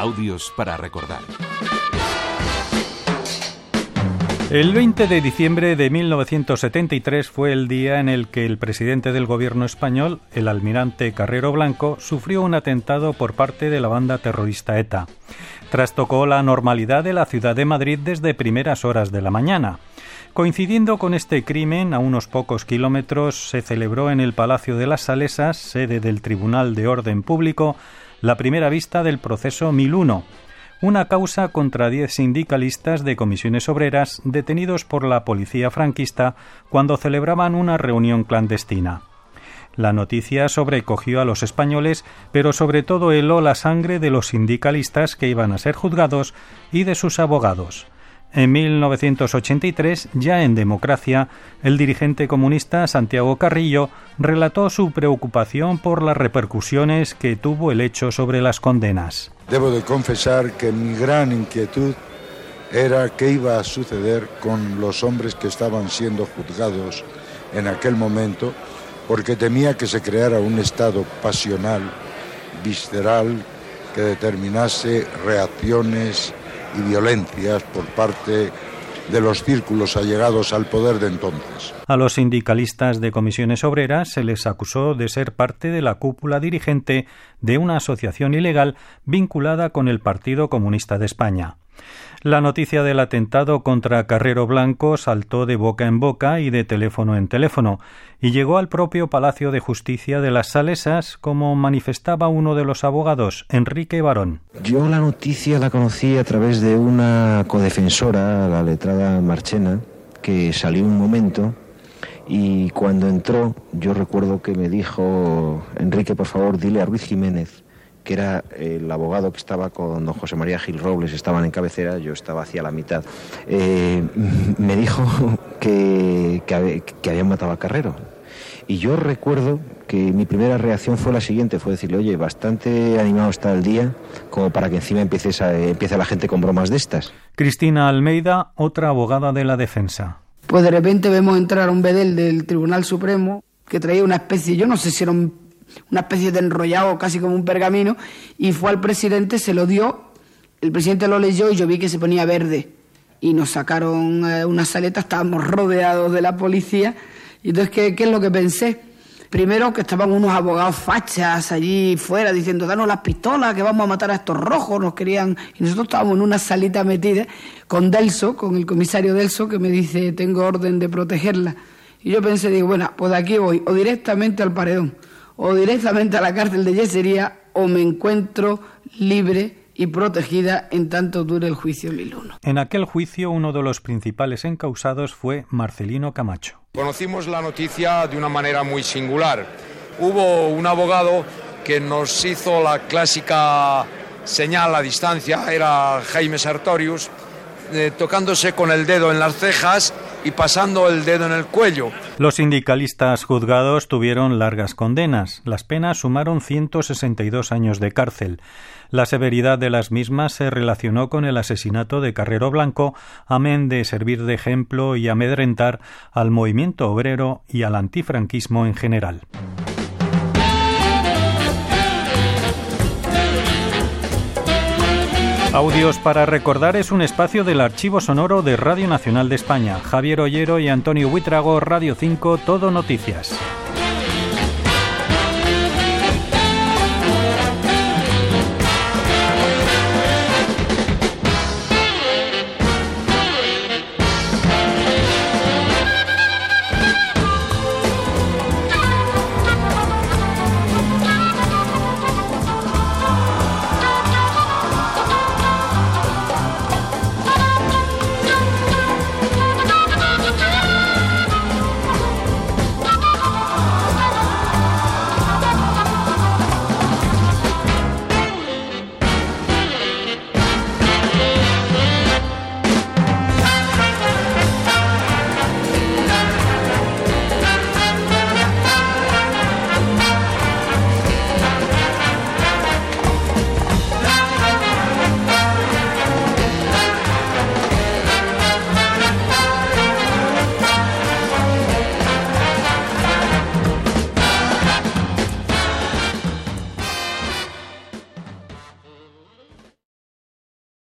Audios para recordar. El 20 de diciembre de 1973 fue el día en el que el presidente del gobierno español, el almirante Carrero Blanco, sufrió un atentado por parte de la banda terrorista ETA. Trastocó la normalidad de la ciudad de Madrid desde primeras horas de la mañana. Coincidiendo con este crimen, a unos pocos kilómetros se celebró en el Palacio de las Salesas, sede del Tribunal de Orden Público, la primera vista del proceso 1001, una causa contra 10 sindicalistas de comisiones obreras detenidos por la policía franquista cuando celebraban una reunión clandestina. La noticia sobrecogió a los españoles, pero sobre todo heló la sangre de los sindicalistas que iban a ser juzgados y de sus abogados. En 1983, ya en democracia, el dirigente comunista Santiago Carrillo relató su preocupación por las repercusiones que tuvo el hecho sobre las condenas. Debo de confesar que mi gran inquietud era qué iba a suceder con los hombres que estaban siendo juzgados en aquel momento, porque temía que se creara un estado pasional, visceral, que determinase reacciones y violencias por parte de los círculos allegados al poder de entonces. A los sindicalistas de comisiones obreras se les acusó de ser parte de la cúpula dirigente de una asociación ilegal vinculada con el Partido Comunista de España. La noticia del atentado contra Carrero Blanco saltó de boca en boca y de teléfono en teléfono y llegó al propio Palacio de Justicia de las Salesas, como manifestaba uno de los abogados, Enrique Barón. Yo la noticia la conocí a través de una codefensora, la letrada Marchena, que salió un momento y cuando entró yo recuerdo que me dijo: Enrique, por favor, dile a Ruiz Jiménez, que era el abogado que estaba con don José María Gil Robles, estaban en cabecera, yo estaba hacia la mitad, me dijo que habían matado a Carrero. Y yo recuerdo que mi primera reacción fue la siguiente, fue decirle: oye, bastante animado está el día como para que encima empiece la gente con bromas de estas. Cristina Almeida, otra abogada de la defensa. Pues de repente vemos entrar a un bedel del Tribunal Supremo que traía una especie, yo no sé si era una especie de enrollado, casi como un pergamino, y fue al presidente, se lo dio, el presidente lo leyó y yo vi que se ponía verde. Y nos sacaron una saleta, estábamos rodeados de la policía. Y entonces, ¿qué es lo que pensé? Primero, que estaban unos abogados fachas allí fuera diciendo: danos las pistolas, que vamos a matar a estos rojos, nos querían. Y nosotros estábamos en una salita metida con Delso, con el comisario Delso, que me dice: tengo orden de protegerla. Y yo pensé, digo, bueno, pues de aquí voy, o directamente al paredón, o directamente a la cárcel de Yesería, o me encuentro libre y protegida en tanto dure el juicio 1001. En aquel juicio, uno de los principales encausados fue Marcelino Camacho. Conocimos la noticia de una manera muy singular. Hubo un abogado que nos hizo la clásica señal a distancia, era Jaime Sartorius, tocándose con el dedo en las cejas y pasando el dedo en el cuello. Los sindicalistas juzgados tuvieron largas condenas. Las penas sumaron 162 años de cárcel. La severidad de las mismas se relacionó con el asesinato de Carrero Blanco, amén de servir de ejemplo y amedrentar al movimiento obrero y al antifranquismo en general. Audios para recordar es un espacio del Archivo Sonoro de Radio Nacional de España. Javier Ollero y Antonio Buitrago, Radio 5, Todo Noticias.